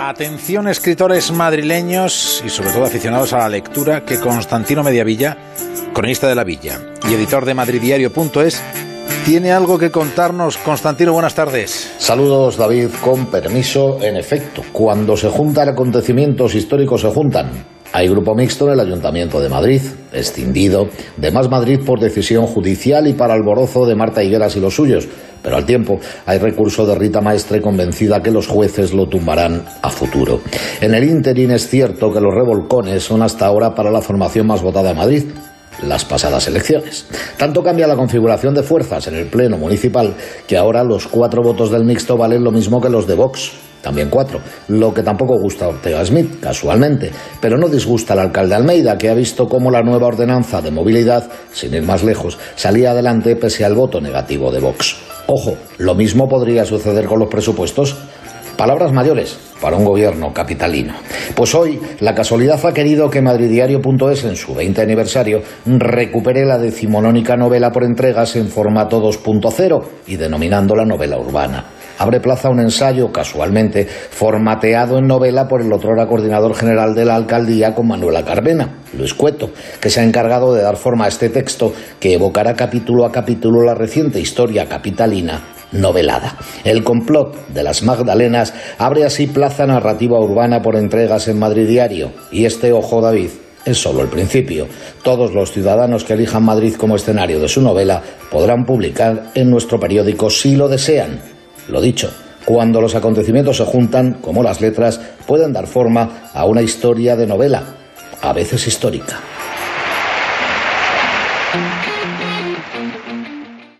Atención, escritores madrileños y sobre todo aficionados a la lectura, que Constantino Mediavilla, cronista de La Villa y editor de madriddiario.es, tiene algo que contarnos. Constantino, buenas tardes. Saludos, David. Con permiso, en efecto, cuando se juntan acontecimientos históricos se juntan. Hay grupo mixto en el Ayuntamiento de Madrid, escindido de Más Madrid por decisión judicial y para alborozo de Marta Higueras y los suyos. Pero al tiempo hay recurso de Rita Maestre, convencida que los jueces lo tumbarán a futuro. En el ínterin es cierto que los revolcones son hasta ahora para la formación más votada de Madrid, las pasadas elecciones. Tanto cambia la configuración de fuerzas en el Pleno Municipal que ahora los 4 votos del mixto valen lo mismo que los de Vox. También 4, lo que tampoco gusta a Ortega Smith, casualmente, pero no disgusta al alcalde Almeida, que ha visto cómo la nueva ordenanza de movilidad, sin ir más lejos, salía adelante pese al voto negativo de Vox. Ojo, lo mismo podría suceder con los presupuestos. Palabras mayores para un gobierno capitalino. Pues hoy la casualidad ha querido que madriddiario.es, en su 20 aniversario, recupere la decimonónica novela por entregas en formato 2.0 y denominándola novela urbana. Abre plaza un ensayo, casualmente, formateado en novela por el otrora coordinador general de la alcaldía con Manuela Carmena, Luis Cueto, que se ha encargado de dar forma a este texto que evocará capítulo a capítulo la reciente historia capitalina novelada. El complot de las Magdalenas abre así plaza narrativa urbana por entregas en Madrid Diario. Y este, ojo, David, es solo el principio. Todos los ciudadanos que elijan Madrid como escenario de su novela podrán publicar en nuestro periódico si lo desean. Lo dicho, cuando los acontecimientos se juntan, como las letras, pueden dar forma a una historia de novela, a veces histórica.